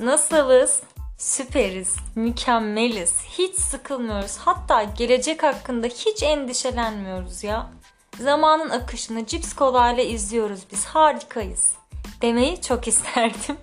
Nasılız? Süperiz, mükemmeliz, hiç sıkılmıyoruz. Hatta gelecek hakkında hiç endişelenmiyoruz ya. Zamanın akışını cips kolayla izliyoruz biz, harikayız demeyi çok isterdim.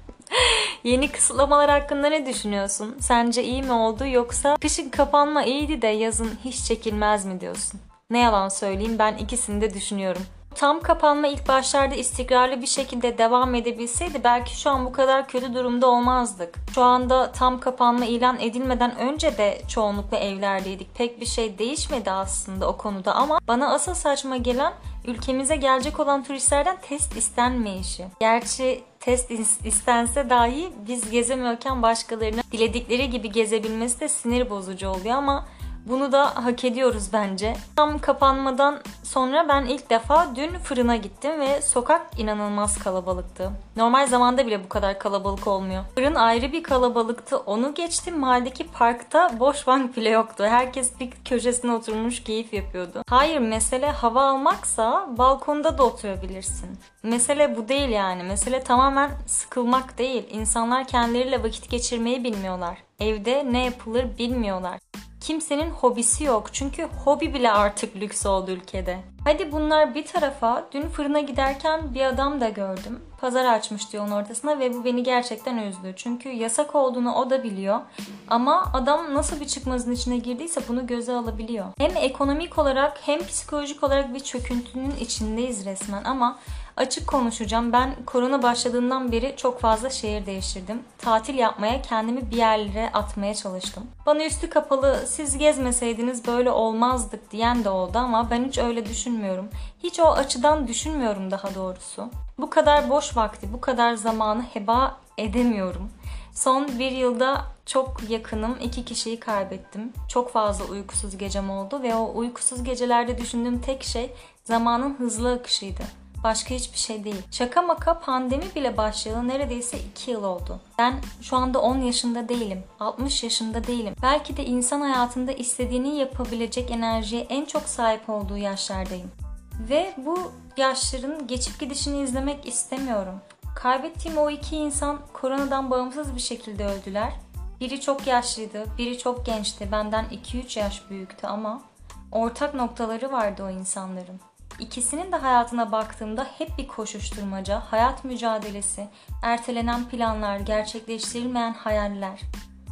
Yeni kısıtlamalar hakkında ne düşünüyorsun? Sence iyi mi oldu yoksa kışın kapanma iyiydi de yazın hiç çekilmez mi diyorsun? Ne yalan söyleyeyim, ben ikisini de düşünüyorum. Tam kapanma ilk başlarda istikrarlı bir şekilde devam edebilseydi belki şu an bu kadar kötü durumda olmazdık. Şu anda tam kapanma ilan edilmeden önce de çoğunlukla evlerdeydik. Pek bir şey değişmedi aslında o konuda ama bana asıl saçma gelen ülkemize gelecek olan turistlerden test istenmeyişi. Gerçi test istense dahi biz gezemiyorken başkalarının diledikleri gibi gezebilmesi de sinir bozucu oluyor ama bunu da hak ediyoruz bence. Tam kapanmadan sonra ben ilk defa dün fırına gittim ve sokak inanılmaz kalabalıktı. Normal zamanda bile bu kadar kalabalık olmuyor. Fırın ayrı bir kalabalıktı. Onu geçtim, mahalledeki parkta boş bank bile yoktu. Herkes bir köşesine oturmuş keyif yapıyordu. Hayır, mesele hava almaksa balkonda da oturabilirsin. Mesele bu değil yani. Mesele tamamen sıkılmak değil. İnsanlar kendileriyle vakit geçirmeyi bilmiyorlar. Evde ne yapılır bilmiyorlar. Kimsenin hobisi yok. Çünkü hobi bile artık lüks oldu ülkede. Hadi bunlar bir tarafa, dün fırına giderken bir adam da gördüm. Pazar açmıştı yolun ortasına ve bu beni gerçekten üzdü. Çünkü yasak olduğunu o da biliyor. Ama adam nasıl bir çıkmazın içine girdiyse bunu göze alabiliyor. Hem ekonomik olarak hem psikolojik olarak bir çöküntünün içindeyiz resmen ama açık konuşacağım. Ben korona başladığından beri çok fazla şehir değiştirdim. Tatil yapmaya, kendimi bir yerlere atmaya çalıştım. Bana üstü kapalı, siz gezmeseydiniz böyle olmazdık diyen de oldu ama ben hiç öyle düşünmüyorum. Hiç o açıdan düşünmüyorum daha doğrusu. Bu kadar boş vakti, bu kadar zamanı heba edemiyorum. Son bir yılda çok yakınım 2 kişiyi kaybettim. Çok fazla uykusuz gecem oldu ve o uykusuz gecelerde düşündüğüm tek şey zamanın hızlı akışıydı. Başka hiçbir şey değil. Şaka maka pandemi bile başlayalı neredeyse 2 yıl oldu. Ben şu anda 10 yaşında değilim. 60 yaşında değilim. Belki de insan hayatında istediğini yapabilecek enerjiye en çok sahip olduğu yaşlardayım. Ve bu yaşların geçip gidişini izlemek istemiyorum. Kaybettiğim o 2 insan koronadan bağımsız bir şekilde öldüler. Biri çok yaşlıydı, biri çok gençti. Benden 2-3 yaş büyüktü ama ortak noktaları vardı o insanların. İkisinin de hayatına baktığımda hep bir koşuşturmaca, hayat mücadelesi, ertelenen planlar, gerçekleştirilmeyen hayaller.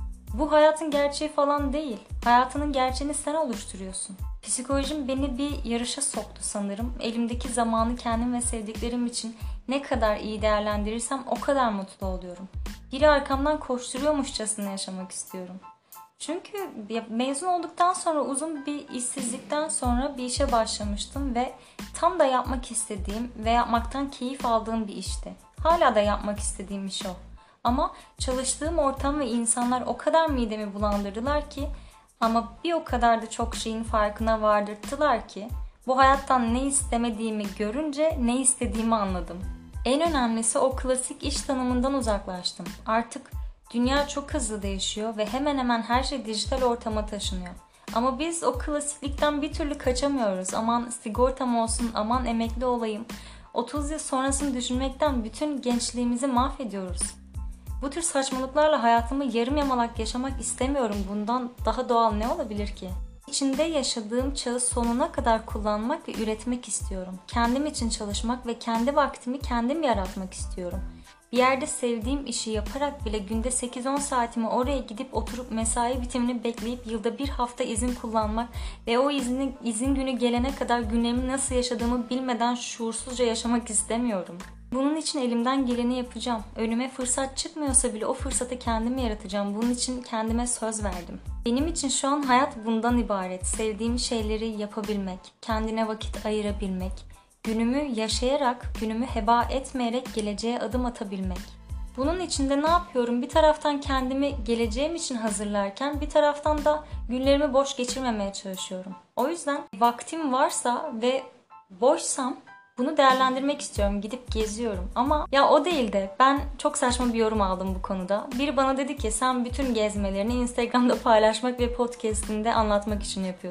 Bu hayatın gerçeği falan değil. Hayatının gerçeğini sen oluşturuyorsun. Psikolojim beni bir yarışa soktu sanırım. Elimdeki zamanı kendim ve sevdiklerim için ne kadar iyi değerlendirirsem o kadar mutlu oluyorum. Biri arkamdan koşturuyormuşçasına yaşamak istiyorum. Çünkü mezun olduktan sonra uzun bir işsizlikten sonra bir işe başlamıştım ve tam da yapmak istediğim ve yapmaktan keyif aldığım bir işti. Hala da yapmak istediğim iş o. Ama çalıştığım ortam ve insanlar o kadar midemi bulandırdılar ki ama bir o kadar da çok şeyin farkına vardırttılar ki bu hayattan ne istemediğimi görünce ne istediğimi anladım. En önemlisi o klasik iş tanımından uzaklaştım. Artık dünya çok hızlı değişiyor ve hemen hemen her şey dijital ortama taşınıyor. Ama biz o klasiklikten bir türlü kaçamıyoruz. Aman sigortam olsun, aman emekli olayım. 30 yıl sonrasını düşünmekten bütün gençliğimizi mahvediyoruz. Bu tür saçmalıklarla hayatımı yarım yamalak yaşamak istemiyorum. Bundan daha doğal ne olabilir ki? İçinde yaşadığım çağı sonuna kadar kullanmak ve üretmek istiyorum. Kendim için çalışmak ve kendi vaktimi kendim yaratmak istiyorum. Bir yerde sevdiğim işi yaparak bile günde 8-10 saatimi oraya gidip oturup mesai bitimini bekleyip yılda bir hafta izin kullanmak ve o izin günü gelene kadar günlerimi nasıl yaşadığımı bilmeden şuursuzca yaşamak istemiyorum. Bunun için elimden geleni yapacağım. Önüme fırsat çıkmıyorsa bile o fırsatı kendim yaratacağım. Bunun için kendime söz verdim. Benim için şu an hayat bundan ibaret. Sevdiğim şeyleri yapabilmek, kendine vakit ayırabilmek, günümü yaşayarak, günümü heba etmeyerek geleceğe adım atabilmek. Bunun için de ne yapıyorum? Bir taraftan kendimi geleceğim için hazırlarken bir taraftan da günlerimi boş geçirmemeye çalışıyorum. O yüzden vaktim varsa ve boşsam bunu değerlendirmek istiyorum. Gidip geziyorum. Ama ya o değil de ben çok saçma bir yorum aldım bu konuda. Biri bana dedi ki sen bütün gezmelerini Instagram'da paylaşmak ve podcast'inde anlatmak için yapıyorsun.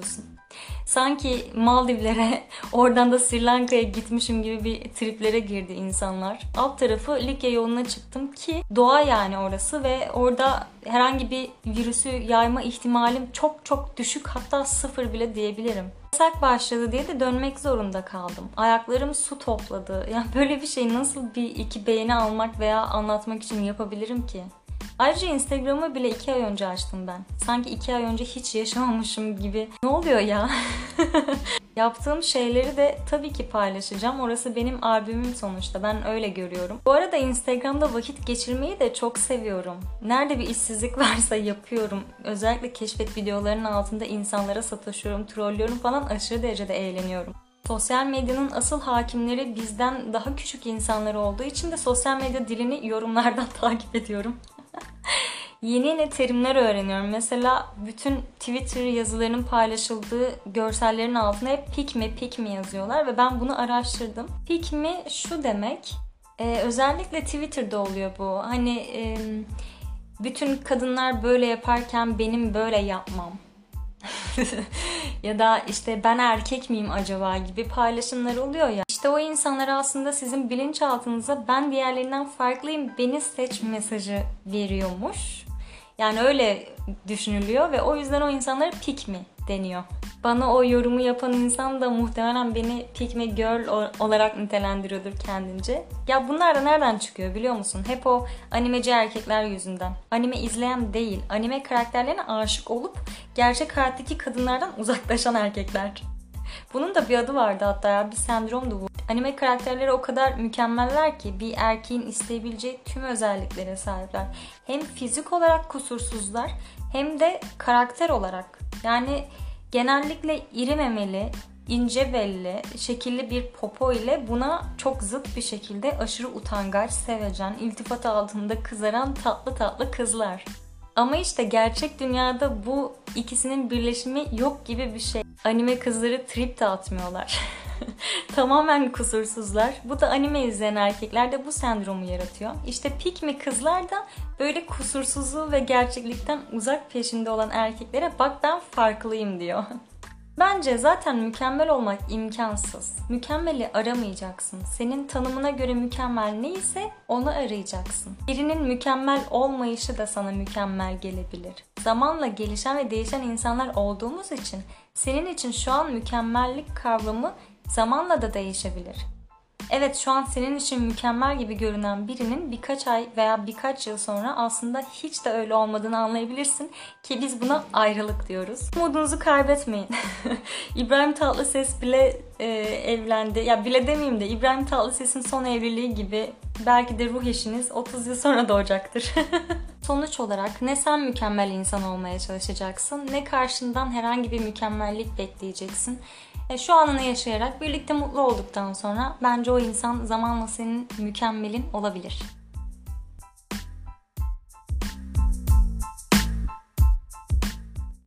Sanki Maldivlere, oradan da Sri Lanka'ya gitmişim gibi bir triplere girdi insanlar. Alt tarafı Likya yoluna çıktım ki doğa yani orası ve orada herhangi bir virüsü yayma ihtimalim çok çok düşük, hatta sıfır bile diyebilirim. Yasak başladı diye de dönmek zorunda kaldım. Ayaklarım su topladı. Yani böyle bir şey nasıl bir iki beğeni almak veya anlatmak için yapabilirim ki? Ayrıca Instagram'ı bile 2 ay önce açtım ben. Sanki 2 ay önce hiç yaşamamışım gibi. Ne oluyor ya? Yaptığım şeyleri de tabii ki paylaşacağım. Orası benim albümüm sonuçta. Ben öyle görüyorum. Bu arada Instagram'da vakit geçirmeyi de çok seviyorum. Nerede bir işsizlik varsa yapıyorum. Özellikle keşfet videolarının altında insanlara sataşıyorum, trollüyorum falan, aşırı derecede eğleniyorum. Sosyal medyanın asıl hakimleri bizden daha küçük insanlar olduğu için de sosyal medya dilini yorumlardan takip ediyorum. Yeni terimler öğreniyorum. Mesela bütün Twitter yazılarının paylaşıldığı görsellerin altına hep pick me yazıyorlar ve ben bunu araştırdım. Pick me şu demek, özellikle Twitter'da oluyor bu. Hani bütün kadınlar böyle yaparken benim böyle yapmam. Ya da işte ben erkek miyim acaba gibi paylaşımlar oluyor ya. İşte o insanlar aslında sizin bilinçaltınıza ben diğerlerinden farklıyım, beni seç mesajı veriyormuş. Yani öyle düşünülüyor ve o yüzden o insanlara pick me deniyor. Bana o yorumu yapan insan da muhtemelen beni pick me girl olarak nitelendiriyordur kendince. Ya bunlar da nereden çıkıyor biliyor musun? Hep o animeci erkekler yüzünden. Anime izleyen değil, anime karakterlerine aşık olup gerçek hayattaki kadınlardan uzaklaşan erkekler. Bunun da bir adı vardı hatta ya, bir sendromdu bu. Anime karakterleri o kadar mükemmeller ki bir erkeğin isteyebileceği tüm özelliklere sahipler. Hem fizik olarak kusursuzlar hem de karakter olarak. Yani genellikle iri memeli, ince belli, şekilli bir popo ile buna çok zıt bir şekilde aşırı utangaç, sevecen, iltifat altında kızaran tatlı tatlı kızlar. Ama işte gerçek dünyada bu ikisinin birleşimi yok gibi bir şey. Anime kızları trip de atmıyorlar. Tamamen kusursuzlar. Bu da anime izleyen erkeklerde bu sendromu yaratıyor. İşte pick me kızlar da böyle kusursuzluğu ve gerçeklikten uzak peşinde olan erkeklere bak ben farklıyım diyor. Bence zaten mükemmel olmak imkansız. Mükemmeli aramayacaksın. Senin tanımına göre mükemmel neyse onu arayacaksın. Birinin mükemmel olmayışı da sana mükemmel gelebilir. Zamanla gelişen ve değişen insanlar olduğumuz için senin için şu an mükemmellik kavramı zamanla da değişebilir. Evet, şu an senin için mükemmel gibi görünen birinin birkaç ay veya birkaç yıl sonra aslında hiç de öyle olmadığını anlayabilirsin ki biz buna ayrılık diyoruz. Umudunuzu kaybetmeyin. İbrahim Tatlıses bile evlendi. Ya bile demeyeyim de İbrahim Tatlıses'in son evliliği gibi belki de ruh eşiniz 30 yıl sonra doğacaktır. Sonuç olarak ne sen mükemmel insan olmaya çalışacaksın, ne karşından herhangi bir mükemmellik bekleyeceksin. Şu anını yaşayarak birlikte mutlu olduktan sonra bence o insan zamanla senin mükemmelin olabilir.